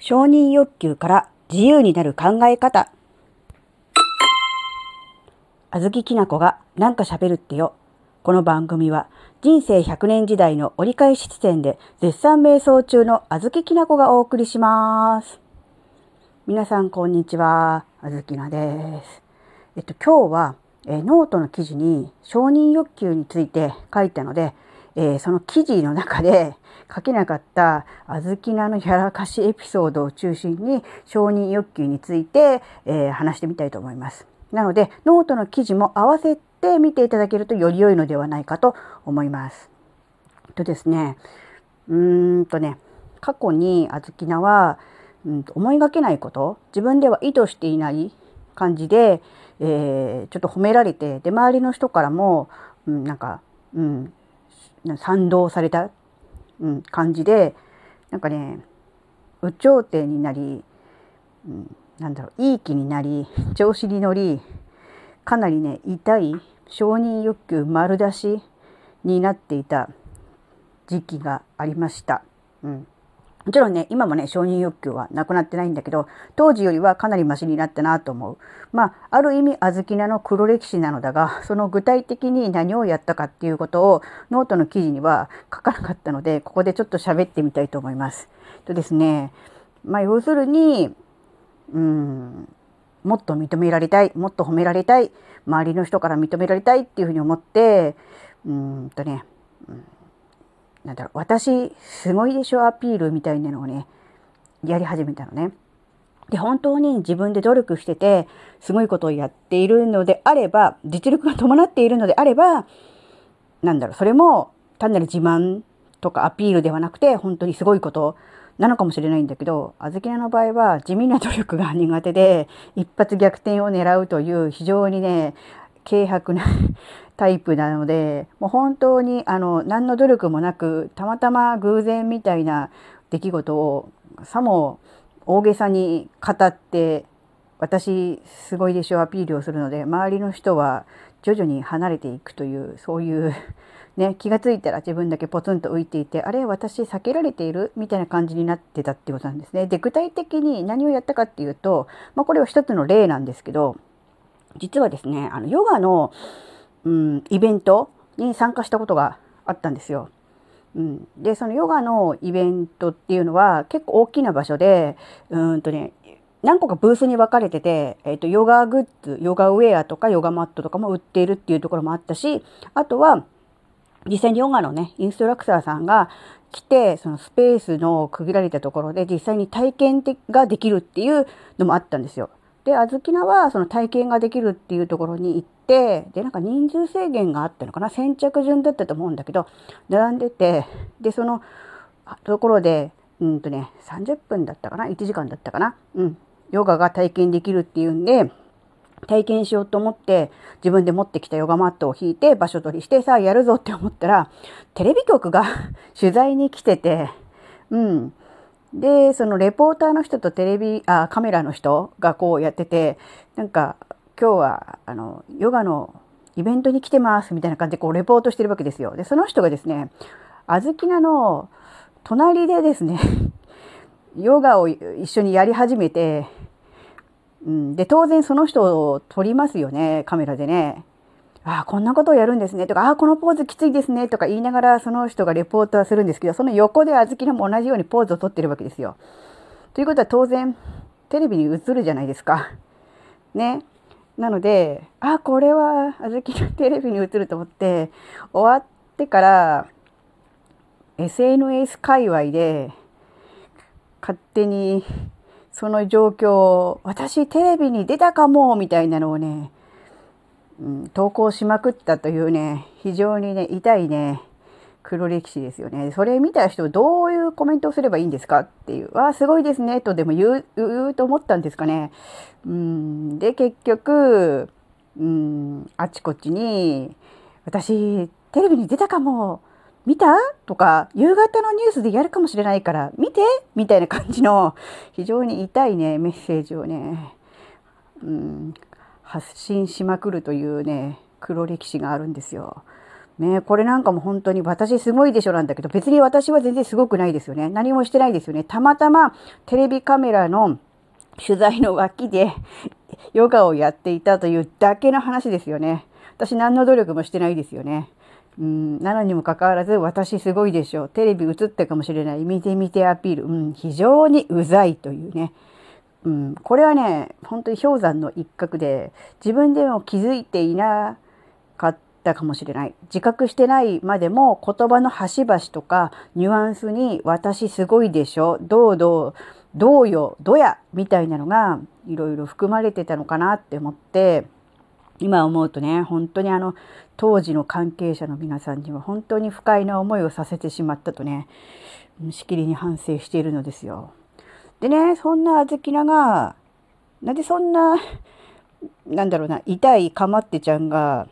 承認欲求から自由になる考え方。あずききなこがなんか喋るってよ。この番組は人生100年時代の折り返し地点で絶賛瞑想中のあずききなこがお送りします。皆さんこんにちは。あずきなです。今日はノートの記事に承認欲求について書いたので、その記事の中で書けなかったあずきなのやらかしエピソードを中心に承認欲求について、話してみたいと思います。なのでノートの記事も合わせて見ていただけるとより良いのではないかと思います。ですね、過去にあずきなは、思いがけないこと、自分では意図していない感じで、ちょっと褒められて、で周りの人からも、賛同された、感じで、有頂天になり、いい気になり、調子に乗り、かなりね、痛い承認欲求丸出しになっていた時期がありました。もちろんね、今もね、承認欲求はなくなってないんだけど、当時よりはかなりマシになったなと思う。ある意味、あずきなの黒歴史なのだが、その具体的に何をやったかっていうことをノートの記事には書かなかったので、ここでちょっと喋ってみたいと思います。ですね、要するに、もっと認められたい、もっと褒められたい、周りの人から認められたいっていうふうに思って、私すごいでしょアピールみたいなのをね、やり始めたのね。で、本当に自分で努力してて、すごいことをやっているのであれば、実力が伴っているのであれば、それも単なる自慢とかアピールではなくて、本当にすごいことなのかもしれないんだけど、あずきなの場合は地味な努力が苦手で、一発逆転を狙うという非常にね、軽薄なタイプなので、もう本当に何の努力もなく、たまたま偶然みたいな出来事をさも大げさに語って、私すごいでしょアピールをするので、周りの人は徐々に離れていくという、そういうね、気がついたら自分だけポツンと浮いていて、あれ私避けられているみたいな感じになってたってことなんですね。で、具体的に何をやったかっていうと、これは一つの例なんですけど、実はですね、ヨガの、イベントに参加したことがあったんですよ。で、そのヨガのイベントっていうのは結構大きな場所で、何個かブースに分かれてて、ヨガグッズ、ヨガウェアとかヨガマットとかも売っているっていうところもあったし、あとは実際にヨガのね、インストラクターさんが来て、そのスペースの区切られたところで実際に体験ができるっていうのもあったんですよ。で、あずきなはその体験ができるっていうところに行って、で、人数制限があったのかな、先着順だったと思うんだけど、並んでて、で、そのところで、30分だったかな、1時間だったかな、ヨガが体験できるっていうんで、体験しようと思って自分で持ってきたヨガマットを引いて場所取りしてさあやるぞって思ったら、テレビ局が取材に来てて、で、そのレポーターの人とカメラの人がこうやってて、今日はヨガのイベントに来てますみたいな感じでこうレポートしてるわけですよ。で、その人がですね、あずきなの隣でですね、ヨガを一緒にやり始めて、で、当然その人を撮りますよね、カメラでね。こんなことをやるんですねとか、このポーズきついですねとか言いながらその人がレポートはするんですけど、その横であずきなも同じようにポーズを撮ってるわけですよ。ということは当然テレビに映るじゃないですか。ね。なので、これはあずきなテレビに映ると思って、終わってから SNS 界隈で勝手にその状況を、私テレビに出たかもみたいなのをね、投稿しまくったというね、非常にね、痛いね、黒歴史ですよね。それ見た人どういうコメントをすればいいんですかっていう、すごいですねとでも言うと思ったんですかね。で、結局、あちこちに、私テレビに出たかも、見たとか、夕方のニュースでやるかもしれないから見てみたいな感じの非常に痛いね、メッセージをね、発信しまくるというね、黒歴史があるんですよ。 ね、これなんかも本当に私すごいでしょなんだけど、別に私は全然すごくないですよね。何もしてないですよね。たまたまテレビカメラの取材の脇でヨガをやっていたというだけの話ですよね。私何の努力もしてないですよね。なのにもかかわらず、私すごいでしょ。テレビ映ったかもしれない。見て見てアピール。非常にうざいというね。これはね、本当に氷山の一角で、自分でも気づいていなかったかもしれない。自覚してないまでも言葉の端々とかニュアンスに私すごいでしょ。どうよ、どやみたいなのがいろいろ含まれてたのかなって思って、今思うとね、本当に当時の関係者の皆さんには本当に不快な思いをさせてしまったとね、しきりに反省しているのですよ。でね、そんなあずきなが、なんでそんな、痛いかまってちゃんが、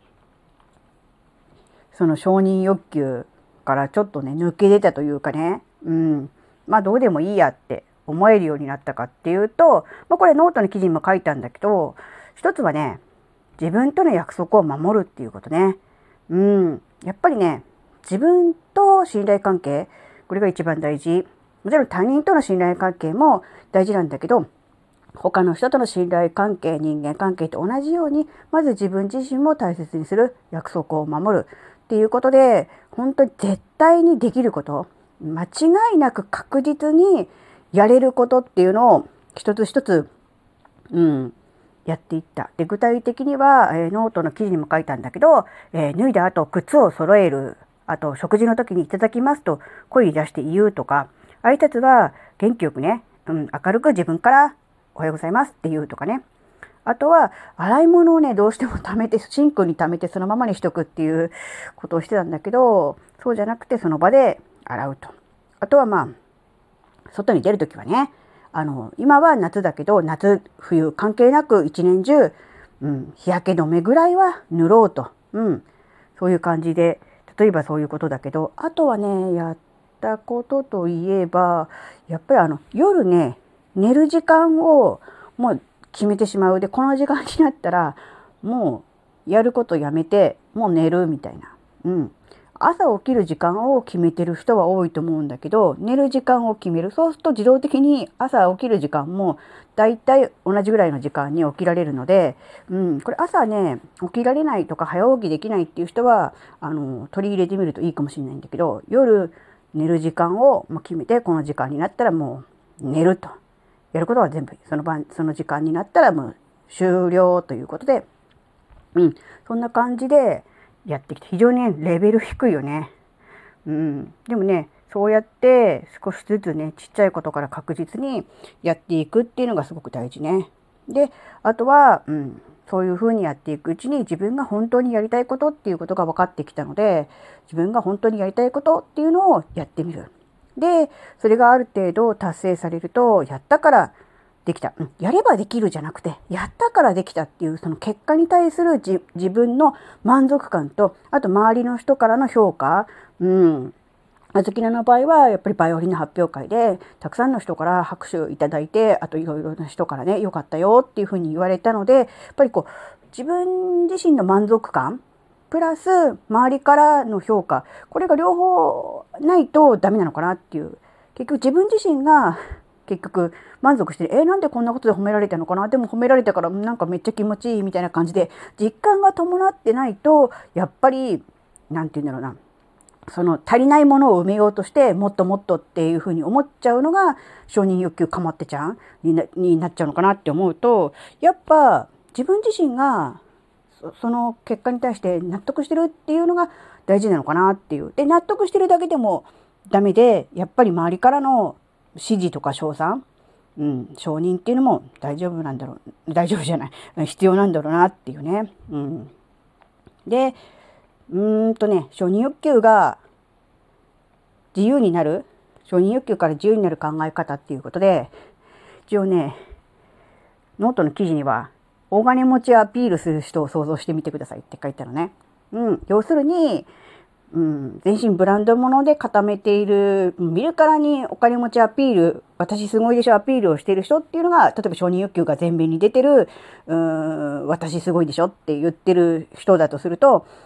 その承認欲求からちょっとね、抜け出たというかね、まあどうでもいいやって思えるようになったかっていうと、これノートの記事にも書いたんだけど、一つはね、自分との約束を守るっていうことね。やっぱりね、自分と信頼関係、これが一番大事。もちろん他人との信頼関係も大事なんだけど、他の人との信頼関係、人間関係と同じように、まず自分自身も大切にする、約束を守るっていうことで、本当に絶対にできること、間違いなく確実にやれることっていうのを一つ一つ、やっていった。で、具体的には、ノートの記事にも書いたんだけど、脱いだ後靴を揃える、あと食事の時にいただきますと声に出して言うとか、挨拶は元気よくね、明るく自分からおはようございますって言うとかね。あとは洗い物をね、どうしても溜めて、シンクに溜めてそのままにしとくっていうことをしてたんだけど、そうじゃなくてその場で洗うと。あとは外に出るときはね、今は夏だけど、夏、冬関係なく一年中、日焼け止めぐらいは塗ろうと。そういう感じで、例えばそういうことだけど、あとはね、やったことといえば、やっぱり夜ね、寝る時間をもう決めてしまう。で、この時間になったら、もうやることやめて、もう寝るみたいな。朝起きる時間を決めてる人は多いと思うんだけど、寝る時間を決める。そうすると自動的に朝起きる時間もだいたい同じぐらいの時間に起きられるので、これ朝ね、起きられないとか早起きできないっていう人は、取り入れてみるといいかもしれないんだけど、夜寝る時間を決めて、この時間になったらもう寝ると。やることは全部、その時間になったらもう終了ということで、そんな感じで、やってきて、非常にね、レベル低いよね。でもね、そうやって少しずつね、ちっちゃいことから確実にやっていくっていうのがすごく大事ね。で、あとは、そういうふうにやっていくうちに自分が本当にやりたいことっていうことが分かってきたので、自分が本当にやりたいことっていうのをやってみる。で、それがある程度達成されると、やったからできた。やればできるじゃなくて、やったからできたっていうその結果に対する自分の満足感と、あと周りの人からの評価。あずきなの場合は、やっぱりバイオリンの発表会で、たくさんの人から拍手をいただいて、あといろいろな人からね、良かったよっていうふうに言われたので、やっぱり自分自身の満足感、プラス周りからの評価、これが両方ないとダメなのかなっていう。結局自分自身が結局満足してる。なんでこんなことで褒められたのかな、でも褒められたからなんかめっちゃ気持ちいいみたいな感じで実感が伴ってないと、やっぱりなんて言うんだろうな、その足りないものを埋めようとしてもっともっとっていうふうに思っちゃうのが承認欲求かまってちゃんになっちゃうのかなって思うと、やっぱ自分自身がその結果に対して納得してるっていうのが大事なのかなっていう。で、納得してるだけでもダメで、やっぱり周りからの支持とか称賛、承認っていうのも大丈夫じゃない、必要なんだろうなっていうね。で、承認欲求が自由になる、承認欲求から自由になる考え方っていうことで、一応ね、ノートの記事には、大金持ちアピールする人を想像してみてくださいって書いてあるのね。要するに、全身ブランド物で固めている、見るからにお金持ちアピール、私すごいでしょアピールをしている人っていうのが、例えば承認欲求が前面に出てる、私すごいでしょって言ってる人だとすると、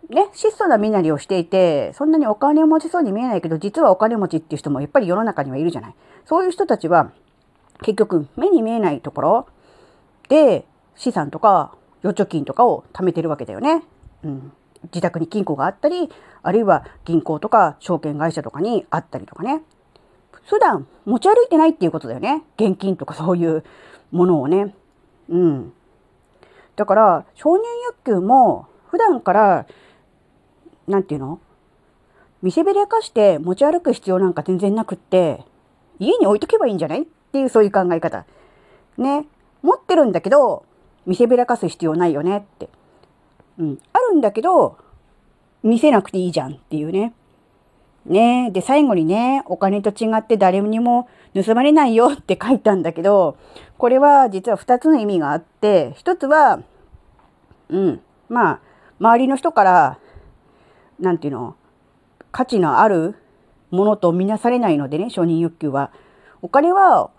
ね、質素な身なりをしていて、そんなにお金を持ちそうに見えないけど、実はお金持ちっていう人もやっぱり世の中にはいるじゃない。そういう人たちは、結局、目に見えないところで、資産とか、預貯金とかを貯めてるわけだよね。うん。自宅に金庫があったり、あるいは銀行とか証券会社とかにあったりとかね。普段持ち歩いてないっていうことだよね。現金とかそういうものをね。うん。だから、承認欲求も普段から、なんていうの、見せびらかして持ち歩く必要なんか全然なくって、家に置いとけばいいんじゃないっていうそういう考え方。ね。持ってるんだけど、見せびらかす必要ないよねって。うん。あるんだけど、見せなくていいじゃんっていうね。ね。で、最後にね、お金と違って誰にも盗まれないよって書いたんだけど、これは実は2つの意味があって、1つは、まあ、周りの人から、なんていうの、価値のあるものとみなされないのでね、承認欲求は。お金は、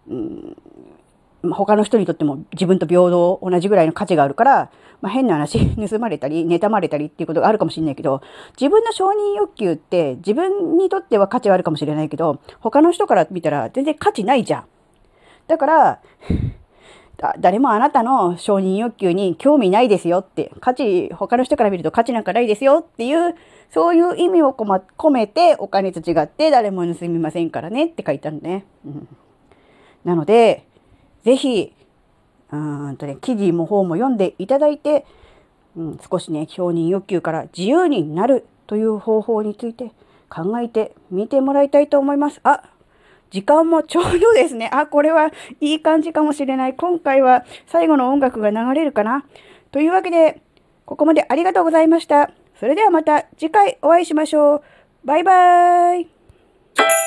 他の人にとっても自分と平等、同じぐらいの価値があるから、変な話、盗まれたり、妬まれたりっていうことがあるかもしれないけど、自分の承認欲求って自分にとっては価値はあるかもしれないけど、他の人から見たら全然価値ないじゃん。だから、誰もあなたの承認欲求に興味ないですよって、他の人から見ると価値なんかないですよっていう、そういう意味を込めて、お金と違って誰も盗みませんからねって書いてあるね。なので、ぜひ、記事も本も読んでいただいて、少しね、承認欲求から自由になるという方法について考えてみてもらいたいと思います。時間もちょうどですね。これはいい感じかもしれない。今回は最後の音楽が流れるかな。というわけで、ここまでありがとうございました。それではまた次回お会いしましょう。バイバーイ。